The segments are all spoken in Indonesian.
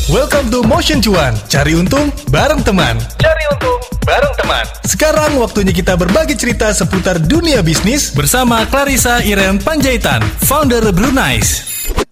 Welcome to Motion Cuan. Cari untung bareng teman. Sekarang waktunya kita berbagi cerita seputar dunia bisnis bersama Clarissa Iren Panjaitan, founder Brunice.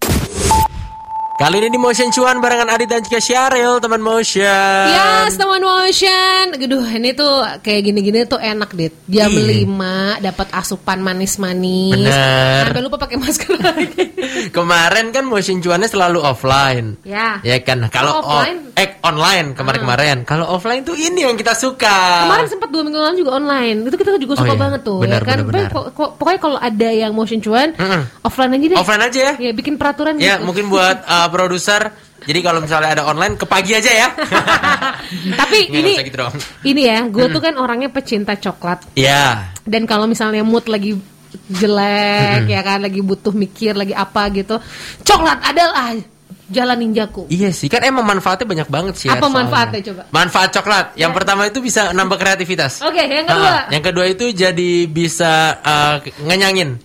Kali ini di Motion Cuan barengan Adit dan juga Syaril, teman Motion. Yes, teman Motion. Aduh, ini tuh kayak gini-gini tuh enak, Dit. Jam 5 dapat asupan manis-manis. Bener. Sampai lupa pakai masker lagi. Kemarin kan Motion Cuannya selalu offline. Ya. Ya kan. Kalau online kemarin. Kalau offline tuh ini yang kita suka. Kemarin sempat 2 minggu lalu juga online. Itu kita juga suka banget tuh. Bener, ya kan? bener. Pokoknya kalau ada yang Motion Cuan, offline aja deh. Offline aja ya. Ya, bikin peraturan Ya, gitu. mungkin buat produser. Jadi kalau misalnya ada online ke pagi aja ya. Tapi Nggak usah gitu dong. ini ya, gue tuh kan orangnya pecinta coklat. Ya. Dan kalau misalnya mood lagi jelek ya kan, lagi butuh mikir, lagi apa gitu, coklat adalah jalan ninjaku. Iya sih, kan emang manfaatnya banyak banget sih. Apa soalnya. manfaatnya coba? Manfaat coklat. Yang pertama itu bisa nambah kreativitas. Oke, yang kedua. Yang kedua itu jadi bisa ngenyangin.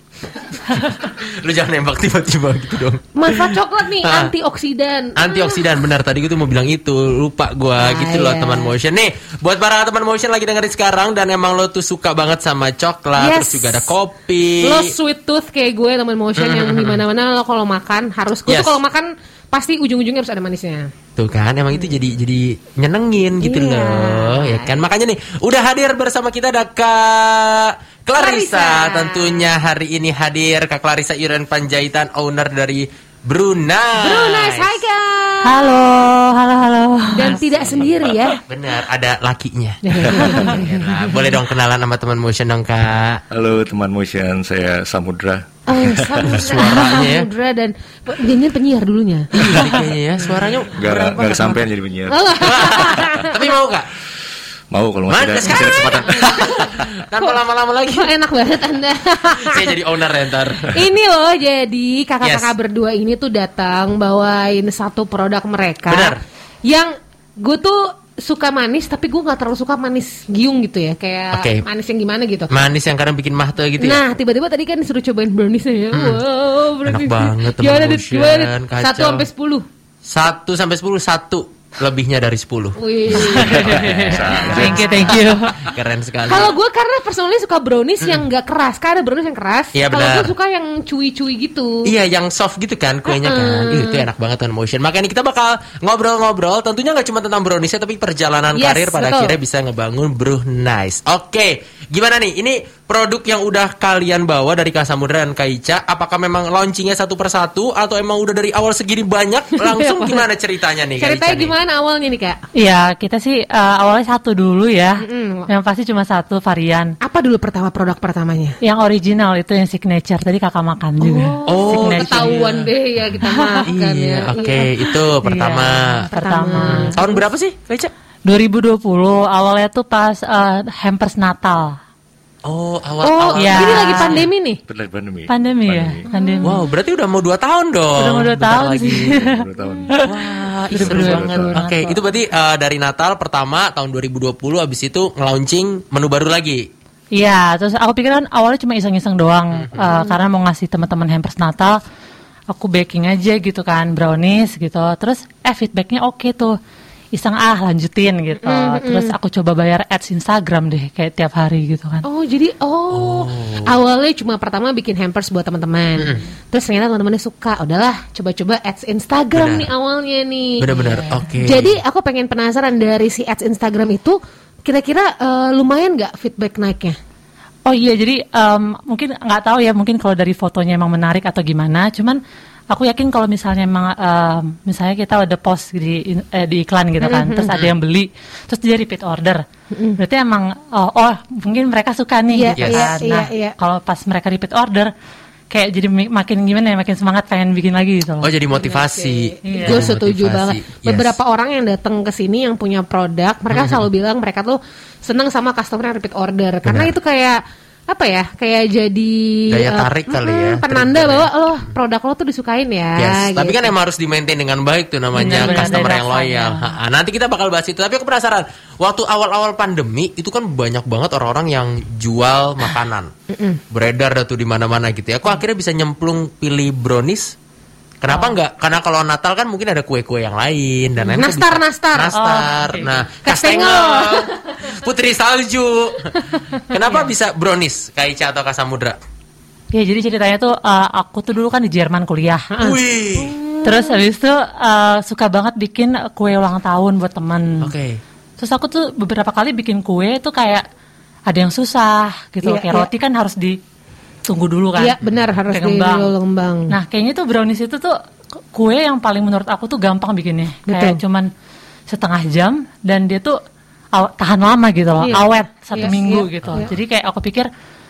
Lu jangan nembak tiba-tiba gitu dong. Manfaat coklat nih, antioksidan. Antioksidan, benar. Tadi gue tuh mau bilang itu, lupa gue gitu loh, teman Motion. Nih, buat para teman Motion lagi dengerin sekarang dan emang lo tuh suka banget sama coklat, terus juga ada kopi. Lo sweet tooth kayak gue, teman Motion, yang di mana-mana lo kalau makan harus, gue tuh kalau makan pasti ujung-ujungnya harus ada manisnya. Tuh kan, emang itu jadi nyenengin gitu loh, ya kan. Makanya nih, udah hadir bersama kita ada Kak Clarissa. Tentunya hari ini hadir Kak Clarissa Iren Panjaitan, owner dari Brunice. Hai Kak. Halo. Dan tidak sendiri ya. Benar, ada lakinya. Boleh dong kenalan sama teman Motion dong, Kak. Halo teman Motion, saya Samudra. Suaranya ya. Samudra dan dia penyiar dulunya. Iya kayaknya ya, suaranya Gak kesampean jadi penyiar. Tapi mau Kak? Mau kalau masih ada kesempatan. Tanpa lama-lama lagi. Kok enak banget Anda. Saya jadi owner ya ntar. Ini loh, jadi kakak-kakak berdua ini tuh datang bawain satu produk mereka. Benar. Yang gue tuh suka manis, tapi gue nggak terlalu suka manis giung gitu ya, kayak manis yang gimana gitu. Manis yang kadang bikin mahte gitu ya. Nah, tiba-tiba tadi kan disuruh cobain browniesnya ya. Wow, enak banget teman Motion. 1 sampai 10. 1 sampai 10, 1 lebihnya dari 10. Wih. Thank you. Keren sekali. Kalau gue karena personally suka brownies yang nggak keras. Karena ada brownies yang keras. Iya, kalau benar. gue suka yang cuy-cuy gitu. Iya, yang soft gitu kan kuenya kan. Itu enak banget teman Motion. Makanya kita bakal ngobrol-ngobrol. Tentunya nggak cuma tentang browniesnya, tapi perjalanan karir pada akhirnya bisa ngebangun Brunice. Oke, gimana nih? Ini produk yang udah kalian bawa dari Kak Samudra dan Kak Ica. Apakah memang launchingnya satu persatu atau emang udah dari awal segini banyak? Langsung gimana ceritanya nih? Ceritanya gimana awalnya nih Kak? Iya, kita sih awalnya satu dulu ya. Yang pasti cuma satu varian. Apa dulu produk pertamanya? Yang original itu yang signature. Tadi kakak makan juga. Oh, ketahuan deh ya kita makan ya. Oke, itu pertama. Pertama. Tahun berapa sih Kak Ica? 2020 awalnya tuh pas hampers Natal. Oh, awal. ya. Ini lagi pandemi nih. Benar Pandemi ya. Pandemi. Wow, berarti udah mau 2 tahun dong. Udah mau 2 tahun lagi. sih. 2 tahun. Wah, seru banget. Oke, itu berarti dari Natal pertama tahun 2020, abis itu nge-launching menu baru lagi. Iya, terus aku pikir kan awalnya cuma iseng-iseng doang karena mau ngasih teman-teman hampers Natal. Aku baking aja gitu kan, brownies gitu. Terus feedbacknya oke tuh. Iseng lanjutin gitu. Terus aku coba bayar ads Instagram deh kayak tiap hari gitu kan. Oh, jadi awalnya cuma pertama bikin hampers buat teman-teman. Terus ternyata teman-temannya suka. Udahlah, coba-coba ads Instagram nih awalnya nih. Benar-benar. Oke. Jadi aku pengen penasaran dari si ads Instagram itu kira-kira lumayan nggak feedback naiknya? Oh iya, jadi mungkin nggak tahu ya, mungkin kalau dari fotonya emang menarik atau gimana. Cuman aku yakin kalau misalnya emang misalnya kita ada post di iklan gitu kan, terus ada yang beli, terus dia repeat order, berarti emang mungkin mereka suka nih gitu kan. Nah, kalau pas mereka repeat order, kayak jadi makin gimana ya, makin semangat pengen bikin lagi gitu loh. Oh, jadi motivasi. Iya. Gue setuju banget. Beberapa orang yang datang ke sini yang punya produk, mereka selalu bilang mereka tuh senang sama customer yang repeat order. Karena itu kayak apa ya, kayak jadi daya tarik kali ya, penanda bahwa produk lo tuh disukain ya. Tapi kan emang harus di-maintain dengan baik tuh namanya customer yang loyal. Nanti kita bakal bahas itu. Tapi aku penasaran, waktu awal-awal pandemi itu kan banyak banget orang-orang yang jual makanan, beredar tuh di mana-mana gitu ya. Kok akhirnya bisa nyemplung pilih brownies? Kenapa enggak? Karena kalau Natal kan mungkin ada kue-kue yang lain dan lain Nastar. Okay. Nah, Kastengel. Putri salju. Kenapa bisa brownies Kak Ica atau Kak Samudra? Ya jadi ceritanya tuh aku tuh dulu kan di Jerman kuliah. Wih. Terus habis itu suka banget bikin kue ulang tahun buat temen. Oke. Terus aku tuh beberapa kali bikin kue tuh kayak ada yang susah gitu. Iya, Kayak roti kan harus ditunggu dulu kan. Iya benar, harus ngembang. Nah kayaknya tuh brownies itu tuh kue yang paling menurut aku tuh gampang bikinnya. Kayak cuman setengah jam dan dia tuh tahan lama gitu loh. Awet 1 minggu gitu. Jadi kayak aku pikir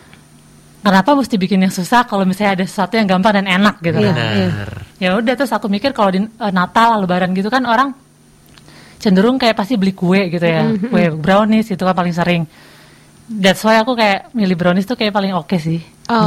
kenapa mesti bikin yang susah kalau misalnya ada sesuatu yang gampang dan enak gitu. Ya udah terus aku mikir kalau di Natal, Lebaran gitu kan orang cenderung kayak pasti beli kue gitu ya. Kue brownies itu kan paling sering. That's why aku kayak milih brownies tuh kayak paling oke sih.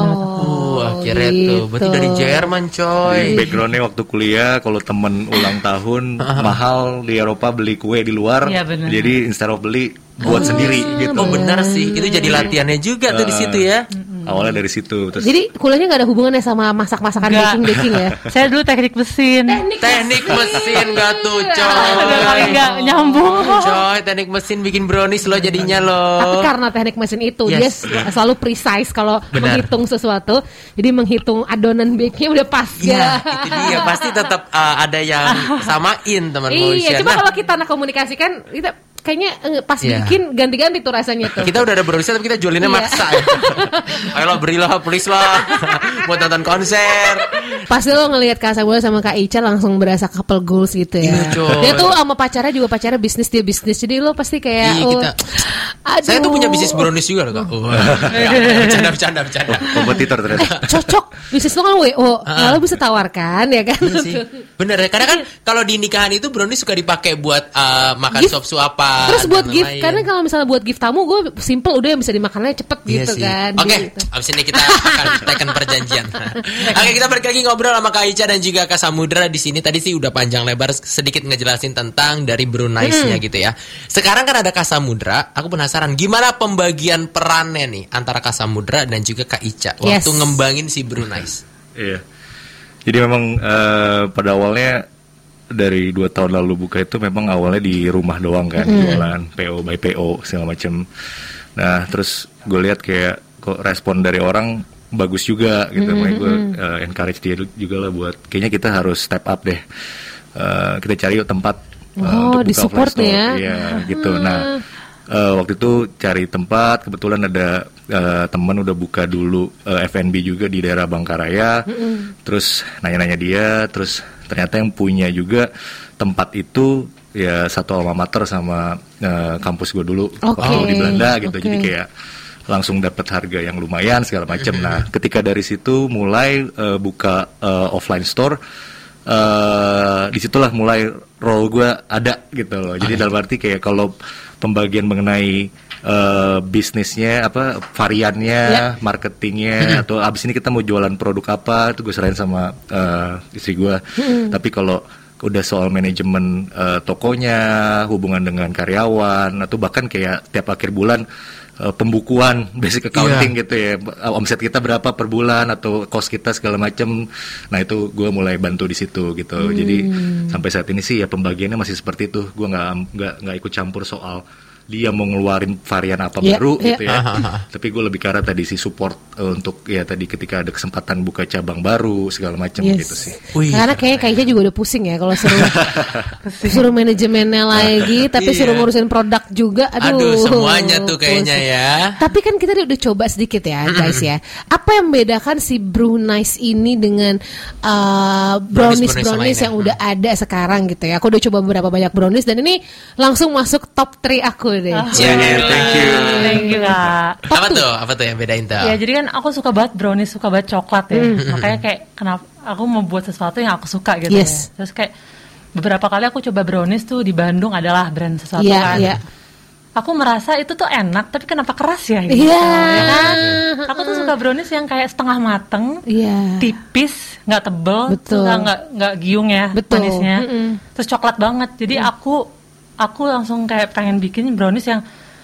Akhirnya tuh berarti dari Jerman coy. Backgroundnya waktu kuliah kalau temen ulang tahun mahal di Eropa beli kue di luar, jadi instead of beli buat sendiri gitu. Oh benar sih, itu jadi latihannya juga tuh di situ ya. Awalnya dari situ. Terus jadi kuliahnya nggak ada hubungannya sama masak-masakan baking ya? Saya dulu teknik mesin. Teknik mesin gak tuh coy? Nggak nyambung. Coy, teknik mesin bikin brownies lo jadinya lo. Tapi karena teknik mesin itu dia selalu precise kalau menghitung sesuatu. Jadi menghitung adonan bake-nya udah pas ya. Itu dia pasti tetap ada yang samain teman motion. Iya, coba kalau kita komunikasikan kita kayaknya pas bikin ganti-ganti tuh rasanya tuh. Kita udah ada browniesnya tapi kita jualinnya maksa ya. Ayolah berilah please lah buat nonton konser. Pasti lo ngelihat Kak Samuel sama Kak Ica langsung berasa couple goals gitu ya. Dia tuh sama pacarnya juga pacarnya bisnis, dia bisnis. Jadi lo pasti kayak saya tuh punya bisnis brownies juga loh Kak. Bercanda. kompetitor ternyata. Cocok bisnis lo kan WO. Lo bisa tawarkan ya kan. Bener ya. Karena kan kalau di nikahan itu brownies suka dipakai buat makan sop suapan. Terus buat gift, karena kalau misalnya buat gift tamu gue simple udah yang bisa dimakannya cepet gitu kan. Oke, abis ini kita akan tekan perjanjian. Oke, kita balik lagi ngobrol sama Kak Ica dan juga Kak Samudra di sini. Tadi sih udah panjang lebar sedikit ngejelasin tentang dari brownies-nya gitu ya. Sekarang kan ada Kak Samudra. Aku penasaran gimana pembagian perannya nih antara Kak Samudra dan juga Kak Ica waktu ngembangin si brownies. Iya. Jadi memang pada awalnya dari 2 tahun lalu buka itu memang awalnya di rumah doang kan, jualan PO by PO segala macam. Nah terus gue lihat kayak kok respon dari orang bagus juga gitu, makanya gue encourage dia juga lah buat kayaknya kita harus step up deh. Kita cari yuk tempat untuk buka offline store. Iya gitu. Nah waktu itu cari tempat, kebetulan ada teman udah buka dulu F&B juga di daerah Bangkaraya. Terus nanya-nanya dia, terus ternyata yang punya juga tempat itu ya satu alma mater sama kampus gue dulu waktu di Belanda gitu. Jadi kayak langsung dapat harga yang lumayan segala macam. Nah, ketika dari situ mulai buka offline store, disitulah mulai role gue ada gitu loh. Jadi dalam arti kayak kalau pembagian mengenai bisnisnya apa variannya, marketingnya atau abis ini kita mau jualan produk apa itu gue serahin sama istri gue. Tapi kalau udah soal manajemen tokonya, hubungan dengan karyawan atau bahkan kayak tiap akhir bulan pembukuan basic accounting gitu ya, omset kita berapa per bulan atau cost kita segala macam. Nah itu gue mulai bantu di situ gitu. Jadi sampai saat ini sih ya pembagiannya masih seperti itu. Gue nggak ikut campur soal dia mau ngeluarin varian apa baru gitu ya. Tapi gue lebih ke arah tadi si support untuk ya tadi ketika ada kesempatan buka cabang baru segala macam gitu sih. Karena kayaknya juga udah pusing ya kalau suruh manajemennya lagi, tapi suruh ngurusin produk juga. Aduh semuanya tuh kayaknya pusing. Ya. Tapi kan kita udah coba sedikit ya guys ya. Apa yang membedakan si Brownies ini dengan brownies yang udah ada sekarang gitu ya. Aku udah coba beberapa banyak brownies dan ini langsung masuk top 3 aku deh. Thank you Kak. Apa tuh yang bedain tuh? Ya jadi kan aku suka banget brownies, suka banget coklat ya. Makanya kayak kenapa aku mau buat sesuatu yang aku suka gitu ya. Terus kayak beberapa kali aku coba brownies tuh di Bandung adalah brand sesuatu kan. Aku merasa itu tuh enak, tapi kenapa keras ya? Gitu. Ya kan? Aku tuh suka brownies yang kayak setengah mateng, tipis, nggak tebel, nggak giung ya manisnya. Terus coklat banget. Jadi aku langsung kayak pengen bikin brownies yang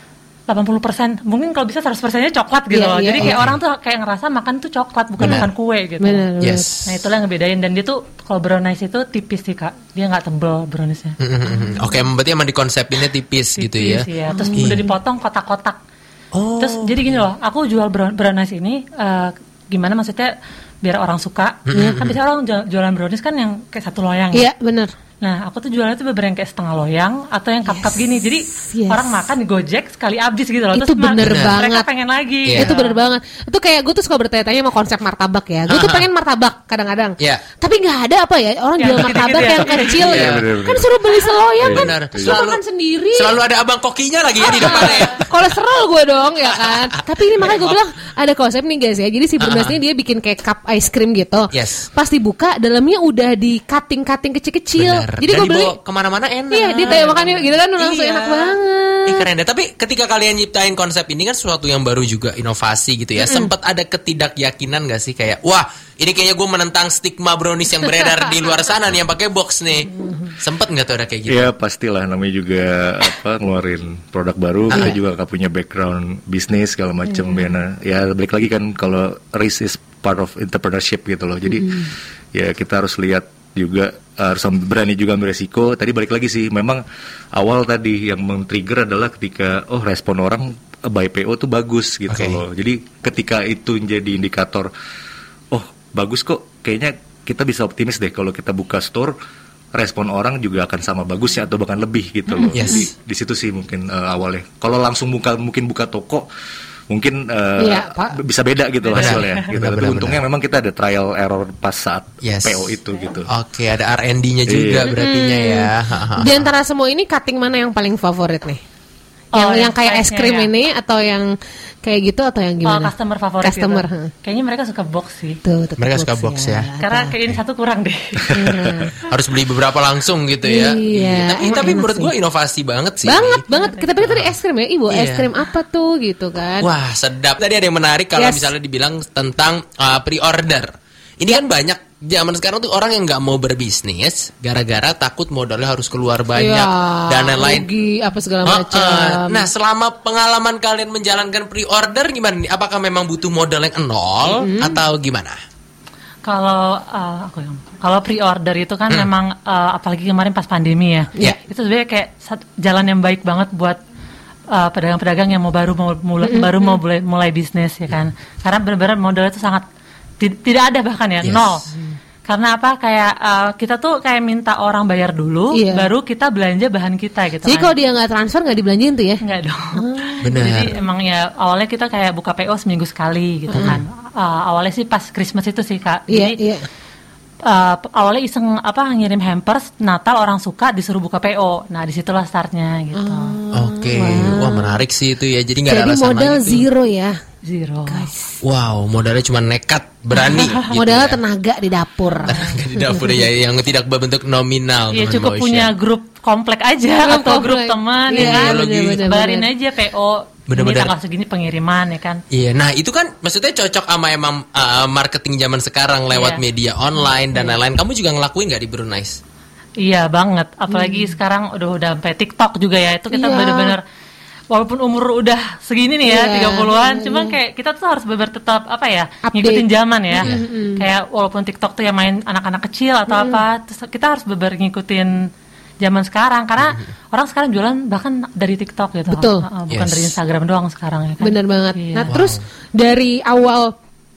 80%, mungkin kalau bisa 100%-nya coklat gitu loh. Jadi kayak orang tuh kayak ngerasa makan tuh coklat bukan makan kue gitu. Bener. Nah itulah yang ngebedain, dan dia tuh kalau brownies itu tipis sih Kak, dia nggak tebel browniesnya. Oke, berarti emang dikonsepinnya tipis gitu ya. Terus udah dipotong kotak-kotak. Terus jadi gini loh, aku jual brownies ini gimana maksudnya biar orang suka. Kan biasanya orang jualan brownies kan yang kayak satu loyang. Iya bener. Nah, aku tuh jualnya tuh beberapa yang kayak setengah loyang atau yang cup-cup gini. Jadi orang makan di Gojek sekali habis gitu loh. Itu bener banget. Mereka pengen lagi. Itu bener banget. Itu kayak gue tuh suka bertanya-tanya sama konsep martabak ya. Gue tuh pengen martabak kadang-kadang. Tapi nggak ada apa ya orang jual martabak yang kecil ya. Kan suruh beli seloyang kan. Lu makan sendiri. Selalu ada abang kokinya lagi ya di depannya. Kolesterol gue dong ya kan. Tapi ini makanya gue bilang ada konsep nih guys ya. Jadi si Brunas ini dia bikin kayak cup ice cream gitu. Pas dibuka dalamnya udah di cutting kecil-kecil. Jadi gue beli kemana-mana enak. Iya, dia tanya makan gitu kan langsung enak banget. Keren deh. Tapi ketika kalian nyiptain konsep ini kan sesuatu yang baru juga, inovasi gitu ya. Sempat ada ketidakyakinan gak sih kayak, wah ini kayaknya gue menentang stigma brownies yang beredar di luar sana nih yang pakai box nih. Sempet nggak tuh ada kayak gitu? Ya pastilah, namanya juga ngeluarin produk baru. Kita juga gak punya background bisnis segala macam. Ya balik lagi kan kalau risk is part of entrepreneurship gitu loh. Jadi ya kita harus lihat juga, harus berani juga ambil resiko. Tadi balik lagi sih, memang awal tadi yang men-trigger adalah ketika respon orang by PO tuh bagus gitu loh. Jadi ketika itu menjadi indikator, oh bagus kok, kayaknya kita bisa optimis deh kalau kita buka store, respon orang juga akan sama bagusnya atau bahkan lebih gitu loh. Jadi di situ sih mungkin awalnya. Kalau langsung buka toko mungkin bisa beda gitu hasilnya. Gitu. Tapi untungnya memang kita ada trial error pas saat PO itu gitu. Oke, ada R&D-nya juga berartinya ya. Di antara semua ini cutting mana yang paling favorit nih? Yang kayak es krim ini atau yang kayak gitu atau yang gimana? Customer favorit customer gitu. Kayaknya mereka suka box sih. Mereka suka box ya. Karena kayak ini satu kurang deh. Harus beli beberapa langsung gitu ya. Tapi menurut gue inovasi banget sih. Banget. Kita pikir tadi es krim ya, Ibu. Es krim apa tuh gitu kan? Wah, sedap. Tadi ada yang menarik kalau misalnya dibilang tentang pre-order. Ini kan banyak zaman sekarang tuh orang yang nggak mau berbisnis gara-gara takut modalnya harus keluar banyak dan lain-lain. Apa segala macam. Nah, selama pengalaman kalian menjalankan pre-order gimana nih? Apakah memang butuh modal yang nol atau gimana? Kalau pre-order itu kan memang apalagi kemarin pas pandemi ya. Itu sebenarnya kayak jalan yang baik banget buat pedagang-pedagang yang baru mau mulai bisnis ya kan. Karena benar-benar modalnya itu sangat tidak ada bahkan ya, nol. Karena apa? Kayak kita tuh kayak minta orang bayar dulu, baru kita belanja bahan kita gitu. Jadi kalau dia nggak transfer nggak dibelanjain tuh ya? Nggak dong. Benar. Jadi emang ya awalnya kita kayak buka PO seminggu sekali gitu kan. Awalnya sih pas Christmas itu sih Kak. Jadi awalnya iseng ngirim hampers Natal, orang suka disuruh buka PO. Nah disitulah startnya gitu. Oke. Wah menarik sih itu ya. Jadi nggak ada alasan lagi. Jadi modal zero ya. Zero. Guys. Wow, modalnya cuma nekat, berani. Gitu modalnya tenaga di dapur. Tenaga di dapur ya, yang tidak berbentuk nominal. Iya, cukup punya grup komplek aja atau grup teman ya. Barin aja PO. Ini tanggal segini pengiriman ya kan. Iya, nah itu kan maksudnya cocok sama emang marketing zaman sekarang lewat media online dan lain-lain. Kamu juga ngelakuin nggak di Brownies? Iya banget, apalagi sekarang udah sampai TikTok juga ya. Itu kita benar-benar walaupun umur udah segini nih ya 30-an, cuman kayak kita tuh harus benar tetap ngikutin zaman ya. Kayak walaupun TikTok tuh yang main anak-anak kecil atau terus kita harus benar ngikutin zaman sekarang karena orang sekarang jualan bahkan dari TikTok gitu. Betul. Bukan dari Instagram doang sekarang ya kan. Benar banget. Nah, terus dari awal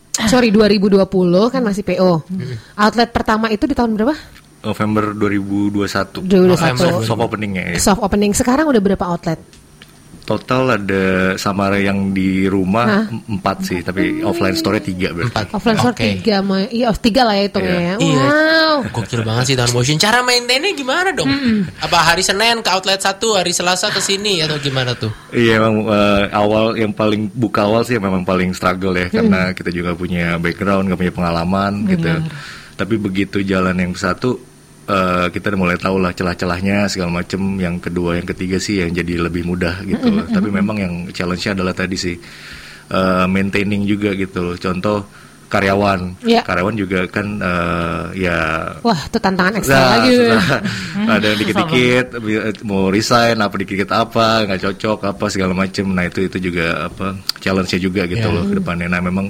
2020 kan masih PO. Outlet pertama itu di tahun berapa? November 2021. Soft openingnya ya. Soft opening. Sekarang udah berapa outlet? Total ada sama yang di rumah 4 sih, tapi offline store-nya 3 berarti. Offline store 3, iya 3 lah ya hitungnya ya. Wow. Gokil banget sih Tahun Motion. Cara maintainnya gimana dong? Apa hari Senin ke outlet 1, hari Selasa ke sini atau gimana tuh? Iya memang awal yang paling buka awal sih memang paling struggle ya, karena kita juga punya background, gak punya pengalaman gitu. Tapi begitu jalan yang satu, kita mulai tahu lah celah-celahnya segala macem. Yang kedua, yang ketiga sih yang jadi lebih mudah gitu. Tapi memang yang challenge-nya adalah tadi sih maintaining juga gitu loh. Contoh karyawan. Karyawan juga kan wah, itu tantangan ekstra lagi. Ada yang dikit-dikit mau resign, apa dikit-dikit apa nggak cocok apa segala macam. Nah itu juga apa challenge-nya juga gitu loh ke depannya. Nah memang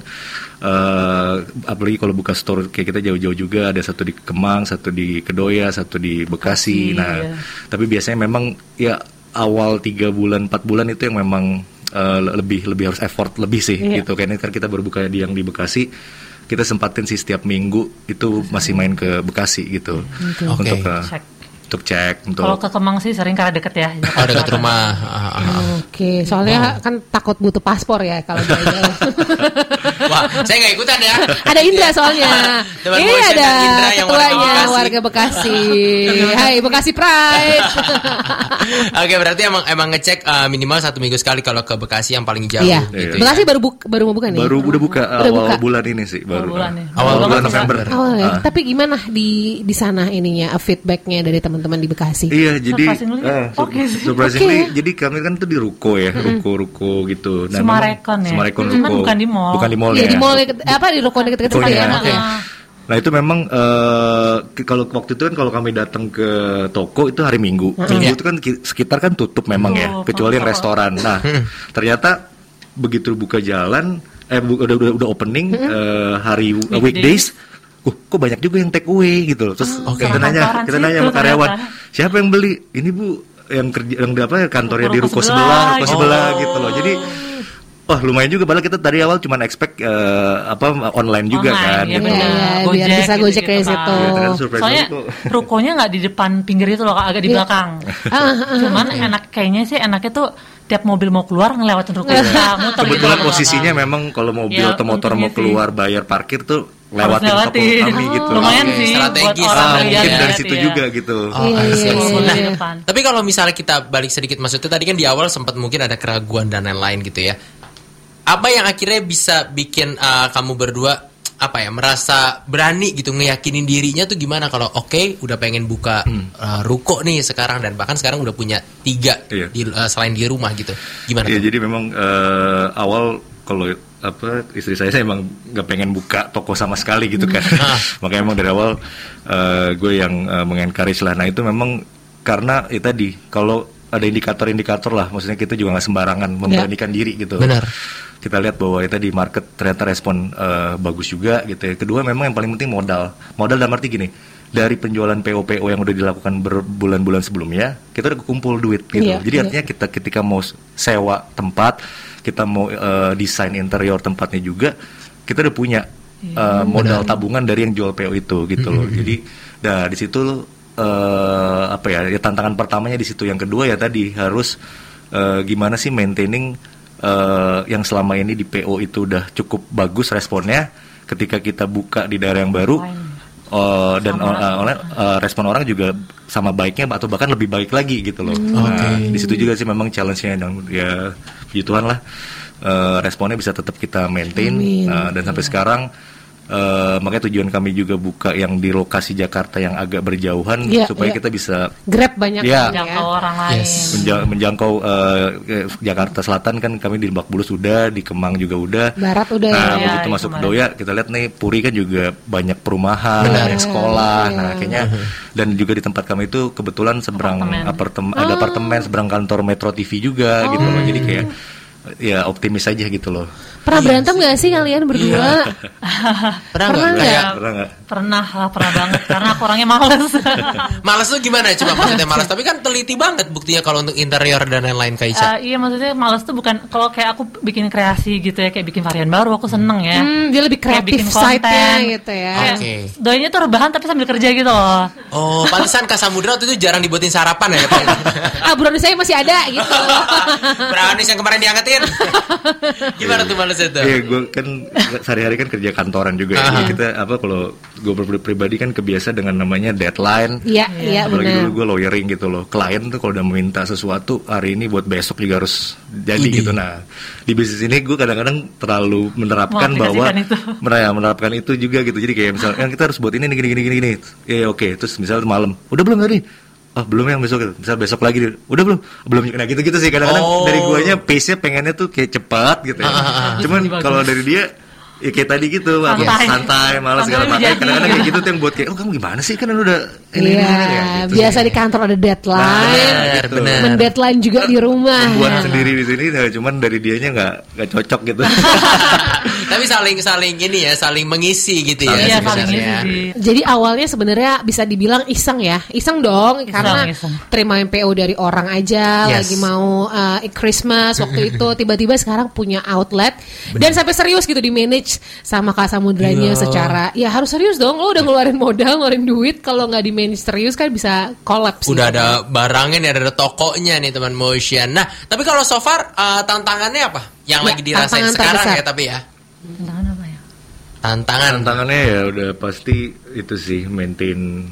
apalagi kalau buka store kayak kita jauh-jauh juga, ada satu di Kemang, satu di Kedoya, satu di Bekasi. Tapi biasanya memang ya awal 3 bulan 4 bulan itu yang memang lebih harus effort lebih sih gitu. Kayaknya kan kita baru buka yang di Bekasi, kita sempatin sih setiap minggu itu masih main ke Bekasi gitu untuk cek. Kalau ke Kemang sih sering karena deket ya. Dekat rumah. Oke, soalnya kan takut butuh paspor ya kalau jauh-jauh. Wah, saya nggak ikutan ya. Ada Indra soalnya. Ini ada ketuanya warga Bekasi. Hai Bekasi Pride. Oke, berarti emang ngecek minimal 1 minggu sekali kalau ke Bekasi yang paling jauh. Gitu Bekasi baru mau buka nih. Udah buka awal bulan ini sih baru. Awal bulan November. Tapi gimana di sana ininya feedbacknya dari teman-teman di Bekasi? Iya, jadi surprisingly, jadi kami kan tuh di ruko ya, ruko gitu. Sumarekon ya. Sumarekon ruko. Bukan di mall. Bukan di mall ya. Di mall apa di ruko deket-deket situ ya. Nah itu memang kalau waktu itu kan kalau kami datang ke toko itu hari Minggu. Minggu itu kan sekitar kan tutup memang ya, kecuali yang restoran. Nah ternyata begitu buka jalan, udah opening hari weekdays. Kok banyak juga yang take away gitu loh. Terus kita nanya sama karyawan, siapa yang beli? Ini Bu yang kerja yang kantornya di ruko sebelah gitu loh. Jadi lumayan juga, padahal kita dari awal cuma expect online juga kan gitu. Biar bisa Gojek dari situ. Soalnya rukonya nggak di depan pinggir itu loh, agak di belakang. Cuman kayaknya sih enaknya tuh tiap mobil mau keluar ngelewatin ruko. Kebetulan posisinya memang kalau mobil atau motor mau keluar bayar parkir tuh lewatin toko kami gitu. Lumayan sih strategis. Mungkin dari situ juga gitu. Tapi kalau misalnya kita balik sedikit, maksudnya tadi kan di awal sempat mungkin ada keraguan dan lain-lain gitu ya. Apa yang akhirnya bisa bikin kamu berdua merasa berani gitu ngeyakinin dirinya tuh gimana kalau udah pengen buka ruko nih sekarang, dan bahkan sekarang udah punya 3 selain di rumah gitu. Gimana? Iya, jadi memang awal kalau istri saya emang nggak pengen buka toko sama sekali gitu kan. Makanya emang dari awal gue yang mengencourage lah. Nah itu memang karena tadi kalau ada indikator-indikator lah, maksudnya kita juga nggak sembarangan memberanikan diri gitu. Benar. Kita lihat bahwa di market ternyata respon bagus juga gitu ya. Kedua memang yang paling penting modal dalam arti gini, dari penjualan PO yang udah dilakukan berbulan-bulan sebelumnya, kita udah kumpul duit gitu. Jadi artinya kita ketika mau sewa tempat, kita mau desain interior tempatnya juga, kita udah punya modal tabungan dari yang jual PO itu gitu loh. Jadi di situ tantangan pertamanya di situ. Yang kedua tadi harus gimana sih maintaining yang selama ini di PO itu udah cukup bagus responnya, ketika kita buka di daerah yang baru respon orang juga sama baiknya atau bahkan lebih baik lagi gitu loh. Di situ juga sih memang challenge-nya, dan ya puji Tuhan lah responnya bisa tetap kita maintain dan sampai sekarang. Makanya tujuan kami juga buka yang di lokasi Jakarta yang agak berjauhan supaya kita bisa grab banyak menjangkau orang lain. Menjangkau Jakarta Selatan kan kami di Lebak Bulus sudah, di Kemang juga udah. Barat udah begitu masuk ke Kedoya kita lihat nih Puri kan juga banyak perumahan, banyak sekolah. Nah kayaknya dan juga di tempat kami itu kebetulan seberang ada apartemen seberang kantor Metro TV juga gitu loh. Jadi kayak ya optimis aja gitu loh. Pernah berantem gak sih kalian berdua? Pernah nggak? Pernah banget karena aku orangnya males. Males tuh gimana? Coba maksudnya males, tapi kan teliti banget buktinya kalau untuk interior dan lain-lain Kaisa. Iya, maksudnya males tuh bukan kalau kayak aku bikin kreasi gitu ya, kayak bikin varian baru aku seneng ya. Dia lebih kreatif side-nya gitu ya. Doanya tuh rebahan tapi sambil kerja gitu loh. Oh, pantesan Kak Samudra waktu itu jarang dibuatin sarapan ya. Brownies saya masih ada gitu. Brownies yang kemarin diangetin. Gimana tuh males itu? Iya, gue kan sehari-hari kan kerja kantoran juga. Jadi kita kalau gue pribadi kan kebiasa dengan namanya deadline. Iya, apalagi benar. dulu gue lawyering gitu loh. Klien tuh kalau udah meminta sesuatu hari ini buat besok juga harus jadi gitu. Nah, di bisnis ini gue kadang-kadang terlalu menerapkan menerapkan itu juga gitu. Jadi kayak misalnya kita harus buat ini gini. Ya oke. Terus misalnya malam, udah belum tadi? Belum yang besok gitu. Misal besok lagi, udah belum. Nah gitu sih kadang-kadang dari guanya pace-nya pengennya tuh kayak cepat gitu ya. Cuman kalau dari dia Ya kayak tadi gitu, santai, malas segala macam. Kadang-kadang kayak gitu tuh yang buat kayak, kamu gimana sih kan udah ini ya, gitu. Biasa di kantor ada deadline, gitu. Mendeadline juga di rumah. Buat sendiri di sini, cuman dari dianya nggak cocok gitu. Tapi saling ini ya, saling mengisi gitu ya. Iya, saling mengisi. Jadi awalnya sebenarnya bisa dibilang iseng ya, iseng dong, karena terimain PO dari orang aja, lagi mau Christmas waktu itu, tiba-tiba sekarang punya outlet dan sampai serius gitu di manage sama Kak Samudranya secara ya harus serius dong, lo udah ngeluarin modal, ngeluarin duit, kalau nggak di manage serius kan bisa collapse. Udah gitu. Ada barangnya nih, ada tokonya nih teman Motion. Nah, tapi kalau so far tantangannya apa? Yang lagi dirasain sekarang terbesar. Ya tapi ya. Tantangan apa ya? Tantangannya ya udah pasti itu sih maintain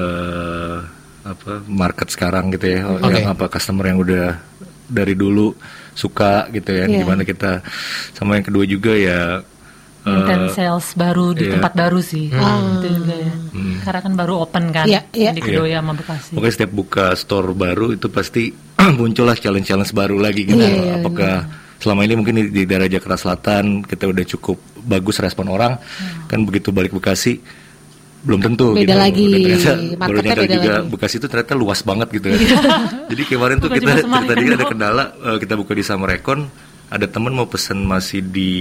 market sekarang gitu ya. Yang customer yang udah dari dulu suka gitu ya. Gimana kita, sama yang kedua juga ya maintain sales baru di tempat baru sih. Itu juga ya. Karena kan baru open kan di Kedoya sama Bekasi. Pokoknya setiap buka store baru itu pasti muncullah challenge-challenge baru lagi gitu. Apakah selama ini mungkin di daerah Jakarta Selatan kita udah cukup bagus respon orang, kan begitu balik Bekasi belum tentu beda gitu. lagi. Baru nyadar juga lagi. Bekasi itu ternyata luas banget gitu ya. Jadi kemarin tuh kita tadi ada kendala, kita buka di Samarekon, ada teman mau pesen masih di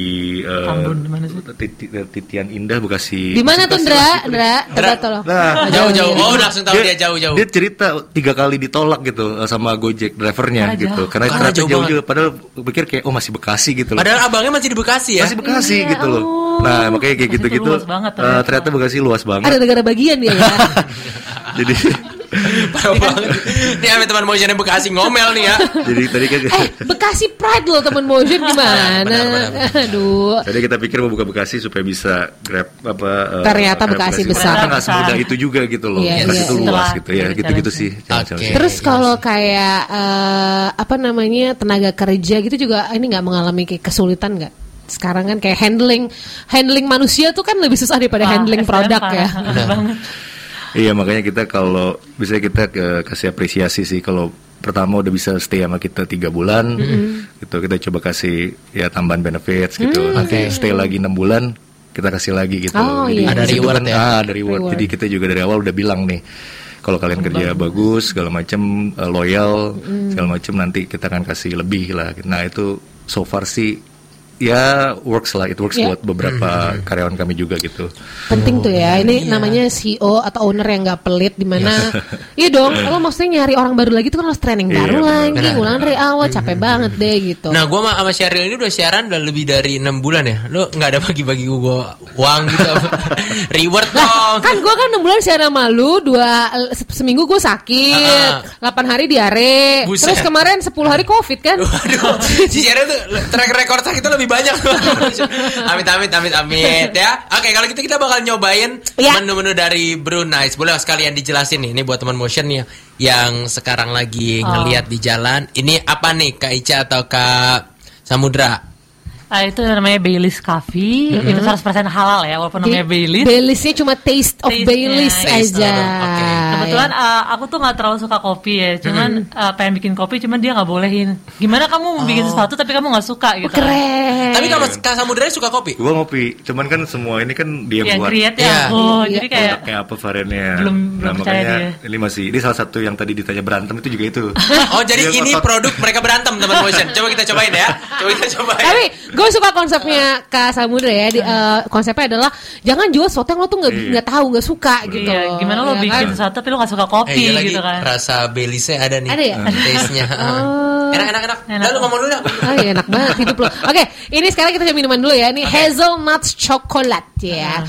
Titian Indah Bekasi. Di mana tuh Ndra? Tolong. Nah, jauh-jauh. Oh, langsung tahu dia jauh-jauh. Dia cerita 3 kali ditolak gitu sama Gojek drivernya gitu. Karena jauh-jauh. Padahal pikir kayak masih Bekasi gitu loh. Padahal abangnya masih di Bekasi ya. Masih Bekasi gitu loh. Nah, makanya kayak gitu-gitu. Ternyata Bekasi luas banget. Ada negara bagian dia ya. Jadi parah banget. Nih ame teman Motion yang Bekasi ngomel nih ya. Jadi tadi kan Bekasi pride loh teman Motion gimana? Benar. Aduh. Tadi kita pikir mau buka Bekasi supaya bisa grab ternyata Bekasi besar. Nggak semudah itu juga gitu loh. Bekasi itu luas gitu ya. Gitu-gitu sih. Terus kalau kayak tenaga kerja gitu juga ini nggak mengalami kayak kesulitan nggak? Sekarang kan kayak handling manusia tuh kan lebih susah daripada handling produk ya. Iya, makanya kita kalau bisa kita kasih apresiasi sih kalau pertama udah bisa stay sama kita 3 bulan, gitu kita coba kasih ya tambahan benefits gitu. Nanti stay lagi 6 bulan kita kasih lagi gitu. Jadi ada reward ya. Ada reward. Jadi kita juga dari awal udah bilang nih, kalau kalian kerja bagus segala macam, loyal segala macam, nanti kita akan kasih lebih lah. Nah itu so far sih ya works buat beberapa karyawan kami juga gitu. Penting tuh ya, ini namanya CEO atau owner yang nggak pelit di mana. Iya dong, kalau maksudnya nyari orang baru lagi tuh kan harus training baru lagi, ulang dari awal, capek banget deh gitu. Nah, gue sama Sheryl ini udah siaran udah lebih dari 6 bulan ya. Lo nggak ada bagi-bagi gue uang gitu, reward dong. Kan gue kan 6 bulan siaran sama lu, seminggu gue sakit, 8 hari diare, terus kemarin 10 hari COVID kan. Waduh, si Sheryl tuh track record sakitnya lebih banyak. Amit ya. Oke, kalau gitu kita bakal nyobain menu-menu dari Brunice. Boleh sekalian dijelasin nih, ini buat teman Motion nih yang sekarang lagi ngelihat di jalan. Ini apa nih, Kak Ica atau Kak Samudra? Itu namanya Baileys Coffee. Itu 100% halal ya, walaupun namanya Baileys. Baileysnya cuma taste of Baileys aja. Kebetulan aku tuh nggak terlalu suka kopi ya, cuman pengen bikin kopi, cuman dia nggak bolehin. Gimana kamu mau bikin sesuatu tapi kamu nggak suka gitu? Keren. Tapi kalau Kak Samudra suka kopi? Gua ngopi, cuman kan semua ini kan dia buat. Create ya. Jadi kayak apa variannya? Belum makanya ini salah satu yang tadi ditanya berantem itu juga itu. Oh, jadi ini produk mereka berantem teman Motion. Coba kita cobain ya. Tapi gue suka konsepnya Kak Samudra ya. Konsepnya adalah jangan jual sesuatu yang lo tuh nggak tahu, nggak suka gitu. Gimana lo bikin sesuatu tapi lo nggak suka kopi gitu kan? Rasa Baileysnya ada nih. Ada ya? Taste-nya. Enak. Lalu ngomong dulu dah. Iya, enak banget hidup lo. Oke, ini sekarang kita coba minuman dulu ya. Ini hazelnut chocolate ya.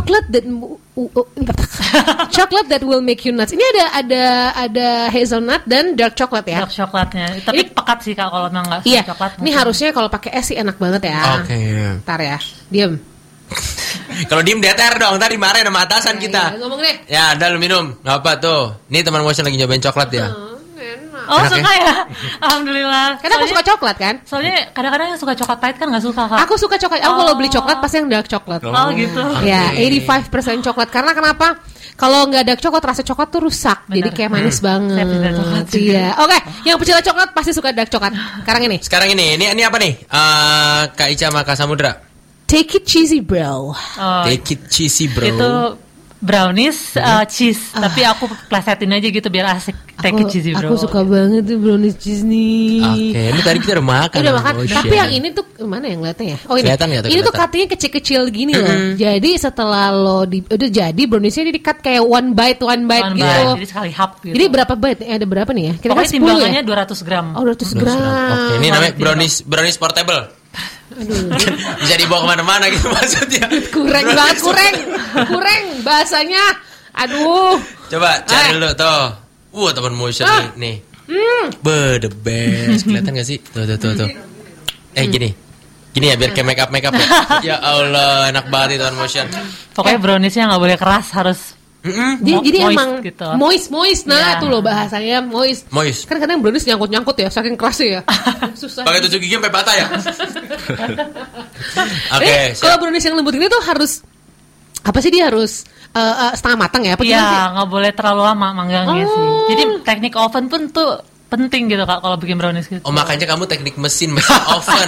Chocolate that will make you nuts. Ini ada hazelnut dan dark chocolate ya. Dark chocolate-nya. Tapi pekat sih Kak kalau memang enggak suka coklat. Ini harusnya kalau pakai es sih enak banget ya. Oke. Ntar ya. Diam. Kalau diem deter dong, tadi marahin sama atasan kita. Ngomong deh. Ya, udah lu minum. Enggak apa tuh. Ini teman Motion lagi nyobain coklat ya. Oh, suka ya? Alhamdulillah. Karena aku suka coklat kan? Soalnya kadang-kadang yang suka coklat pahit kan nggak suka Kak. Aku suka coklat. Aku kalau beli coklat pasti yang dark coklat. Oh gitu. Ya, 85% coklat. Karena kenapa? Kalau nggak dark coklat, rasa coklat tuh rusak. Jadi kayak manis banget. Iya. Oke, yang pecinta coklat pasti suka dark coklat. Sekarang ini. Ini apa nih? Kak Ica sama Kak Samudra. Take it cheesy bro. Take it cheesy bro. Itu brownies cheese, tapi aku plesetin aja gitu biar asik. Take it cheesy bro. Aku suka banget tuh brownies cheese nih. Oke, ini tadi kita udah makan. Udah makan. Tapi yang ini tuh mana yang ngeliatnya ya? Oh ini. Ini tuh cuttingnya kecil-kecil gini loh. Jadi setelah lo udah jadi browniesnya di cut kayak one bite gitu. Jadi sekali hap gitu. Jadi berapa bite? Ada berapa nih ya? Kira-kira pokoknya timbangannya 200 gram. Oh 200 gram. Oke, ini namanya brownies portable. Aduh. Bisa dibawa kemana-mana gitu maksudnya. Kurang bahasanya. Aduh. Coba cari dulu tuh. Teman motion nih. The best. Kelihatan gak sih? Tuh. Gini ya biar kayak make up ya. Ya Allah, enak banget itu teman motion. Pokoknya browniesnya nggak boleh keras, harus jadi moist emang gitu. moist. Nah, tuh loh bahasanya moist. Kan kadang brownies nyangkut ya, saking kerasnya ya. Susah. Pakai tusuk gigi sampai patah ya. Oke. Kalau brownies yang lembut ini tuh harus apa sih, dia harus setengah matang ya? Iya, nggak boleh terlalu lama manggangnya sih. Jadi teknik oven pun tuh penting gitu Kak kalau bikin brownies gitu. Oh makanya kamu teknik mesin oven.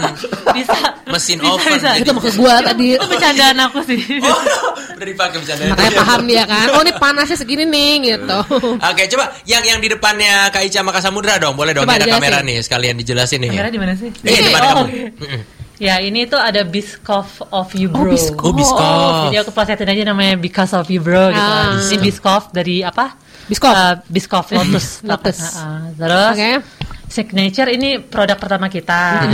Mesin oven. Itu maksud gua tadi. Itu bercandaan aku sih. Udah dipakai bercandaan. Makanya paham dia kan. Oh ini panasnya segini nih gitu. Oke, coba yang di depannya Kak Ica sama Kak Samudra dong. Boleh dong, ada kamera nih sekalian dijelasin nih. Kamera di mana sih? Di depan kamu. Ya ini tuh ada Biscoff of You Bro. Biscoff. Jadi aku plesetin aja namanya Because of You Bro gitu. Ini Biscoff dari apa? Biscoff Lotus. Terus Signature ini produk pertama kita.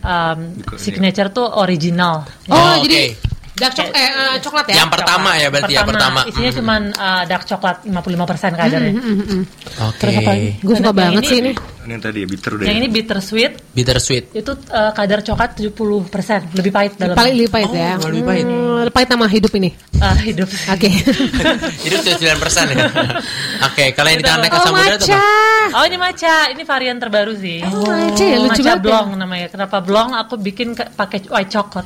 Signature tuh original. Jadi dark coklat ya? Yang pertama ya berarti pertama. Isinya cuma dark coklat 55% kadarnya. Oke. Gue suka banget sih ini. Ini yang tadi ya bitter deh. Yang ini bitter sweet. Itu kadar coklat 70%, lebih pahit dalam. Lebih pahit ya. Lebih pahit. Pahit sama hidup ini. Hidup. Oke. Hidup 9% ya. Oke, kalau yang di tangan Kak Samudra itu apa? Oh ini matcha, ini varian terbaru sih. Matcha ya, lucu banget. Matcha blong namanya. Kenapa blong? Aku bikin pakai white chocolate.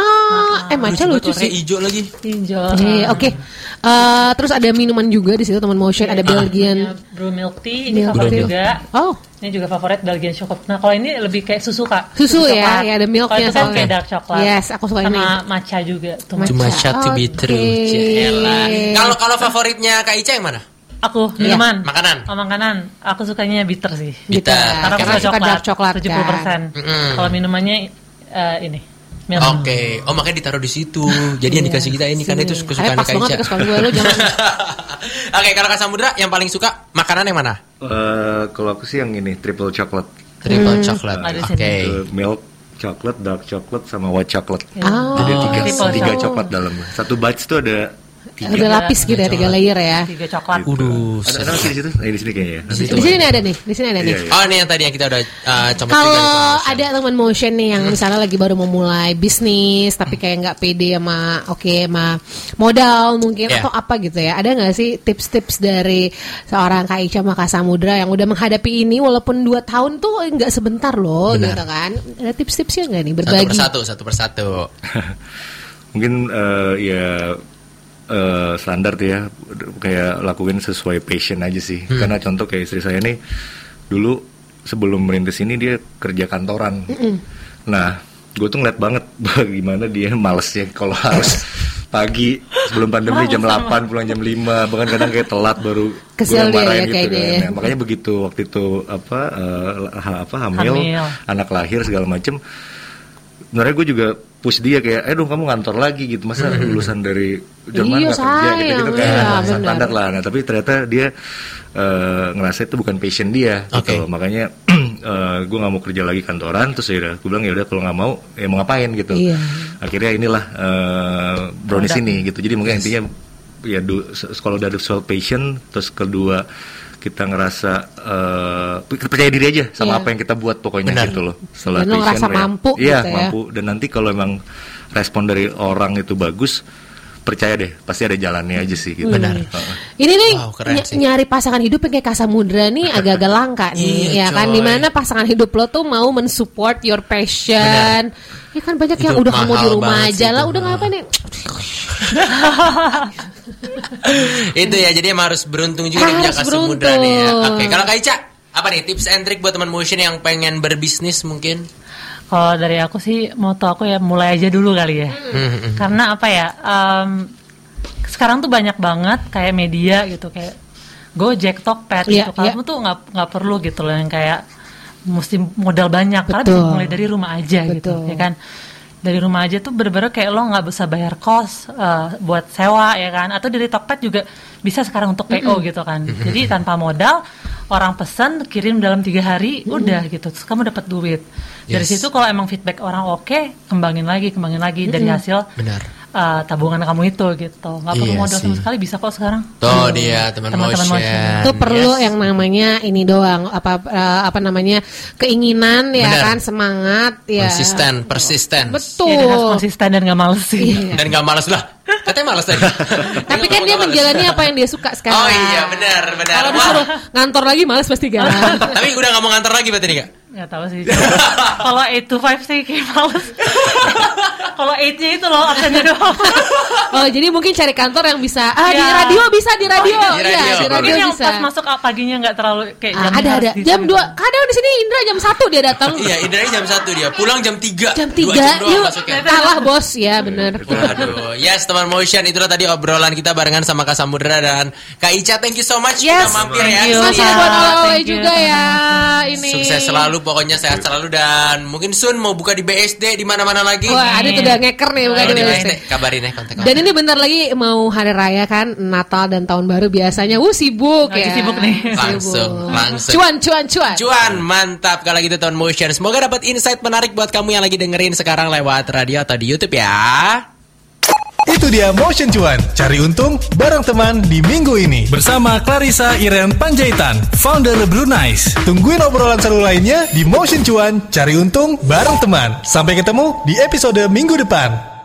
Matcha lucu sih. Hijau lagi. Hijau. Oke. Terus ada minuman juga di situ teman motion, ada Belgian brew milk tea, ini favorit juga. Ini juga favorit Belgian chocolate. Nah, kalau ini lebih kayak susu Kak. Susu ya, ada milknya. Kalau itu kan kayak dark chocolate. Yes, aku suka ini. Sama matcha juga. Matcha to be true. Kalau favoritnya Kak Ica yang mana? Aku minuman. Makanan. Makanan. Aku sukanya bitter sih. Bitter. Karena aku suka dark coklat 70%. Kalau minumannya ini. Oke, makanya ditaruh di situ. Jadi yang dikasih kita ini karena itu kesukaan Kak Ica. Pas banget kesukaan gue, lo jangan. Oke, kalau Kak Samudra yang paling suka makanan yang mana? Kalau aku sih yang ini triple chocolate. Triple chocolate. Oke. Milk chocolate, dark chocolate, sama white chocolate. Jadi tiga coklat dalamnya. Satu bites tuh ada 3 lapis gitu ya, 3 layer ya. 3 coklat. Ada masih di situ? Di sini kayaknya. Di sini ada nih. Oh, ini yang tadi yang kita udah coba. Kalau ada teman motion nih yang misalnya lagi baru mau mulai bisnis tapi kayak nggak pede sama modal mungkin atau apa gitu ya. Ada nggak sih tips-tips dari seorang Kak Ica sama Kak Samudra yang udah menghadapi ini walaupun 2 tahun tuh nggak sebentar loh. Benar. Gitu kan. Ada tips-tipsnya nggak nih berbagi? Satu persatu. Mungkin standar tuh ya, kayak lakuin sesuai passion aja sih. Karena contoh kayak istri saya nih, dulu sebelum merintis ini dia kerja kantoran. Nah, gue tuh ngeliat banget bagaimana dia malesnya kalau harus pagi sebelum pandemi jam 8 pulang jam 5, bahkan kadang kayak telat baru kesel dia ya gitu kayaknya kan. Nah, makanya begitu waktu itu hamil, anak lahir segala macem. Sebenarnya gue juga push dia kayak, dong kamu ngantor lagi gitu, masa lulusan dari Jerman nggak kerja gitu kan, standar lah. Nah tapi ternyata dia ngerasa itu bukan passion dia, gitu. Makanya gue nggak mau kerja lagi kantoran, terus ya gue bilang ya udah kalau nggak mau ya mau ngapain gitu. Akhirnya inilah brownies ini gitu. Jadi mungkin intinya ya kalau udah ada soal passion, terus kedua kita ngerasa percaya diri aja sama apa yang kita buat pokoknya. Benar. Gitu loh. Setelah dan ngerasa mampu gitu ya. Mampu. Dan nanti kalau emang respon dari orang itu bagus, percaya deh pasti ada jalannya aja sih gitu. Benar. Ini nih nyari pasangan hidup yang kayak Kak Samudra nih agak-agak langka nih. Ya kan, dimana pasangan hidup lo tuh mau mensupport your passion. Ya kan banyak yang udah kamu di rumah aja lah, udah ngapain nih. Itu ya, jadi emang harus beruntung juga nih punya Kak Samudra nih ya. Oke, kalau Kak Ica, apa nih tips and trick buat teman motion yang pengen berbisnis mungkin? Kalau dari aku sih, moto aku ya mulai aja dulu kali ya. Karena apa ya, sekarang tuh banyak banget kayak media gitu, kayak Gojek, Tokped gitu. Kamu tuh nggak perlu gitu loh yang kayak mesti modal banyak. Karena bisa mulai dari rumah aja gitu, ya kan. Dari rumah aja tuh bener-bener kayak lo nggak bisa bayar kos buat sewa ya kan. Atau dari Tokped juga bisa sekarang untuk PO gitu kan. Jadi tanpa modal, orang pesan kirim dalam 3 hari udah gitu, terus kamu dapat duit. Dari situ kalau emang feedback orang oke, kembangin lagi dari hasil tabungan kamu itu gitu. Nggak perlu modal sama sekali, bisa kok sekarang. Tuh dia teman-teman motion. Itu perlu yang namanya ini doang, apa namanya, keinginan ya kan, semangat ya. Persisten. Betul. Ya, harus konsisten dan nggak males sih. Dan nggak males lah. Katanya males tadi. Tapi kan dia menjalani apa yang dia suka sekarang. Oh iya, benar. Kalau disuruh ngantor lagi males pasti gak. Tapi udah nggak mau ngantor lagi berarti nih, Kak? Nggak tahu sih. Kalau 8 to 5 sih kayak males. Kalau 8-nya itu loh absennya doang. Oh, jadi mungkin cari kantor yang bisa di radio bisa di radio. Di radio Mungkin yang bisa. pas masuk paginya nggak terlalu kayak jam ada jam 2. Kadang di sini Indra jam 1 dia datang. Iya, Indra jam 1 dia. Pulang jam 3. Jam 3. Yuk, kalah bos ya, bener. Waduh. Yes, teman motion, itulah tadi obrolan kita barengan sama Kak Samudra dan Kak Ica. Thank you so much udah mampir ya. Masih buat oleh juga ya. Ini. Sukses selalu, pokoknya sehat selalu, dan mungkin soon mau buka di BSD di mana-mana lagi. Wah, Adit udah ngeker nih buka di BSD. Kabarin ya, kontak. Dan ini bentar lagi mau hari raya kan, Natal dan tahun baru biasanya sibuk ya. Sibuk nih. Langsung. Cuan. Mantap kalau gitu teman motion. Semoga dapat insight menarik buat kamu yang lagi dengerin sekarang lewat radio atau di YouTube ya. Itu dia Motion Cuan, cari untung bareng teman di minggu ini. Bersama Clarissa Iren Panjaitan, founder Brunice. Tungguin obrolan seru lainnya di Motion Cuan, cari untung bareng teman. Sampai ketemu di episode minggu depan.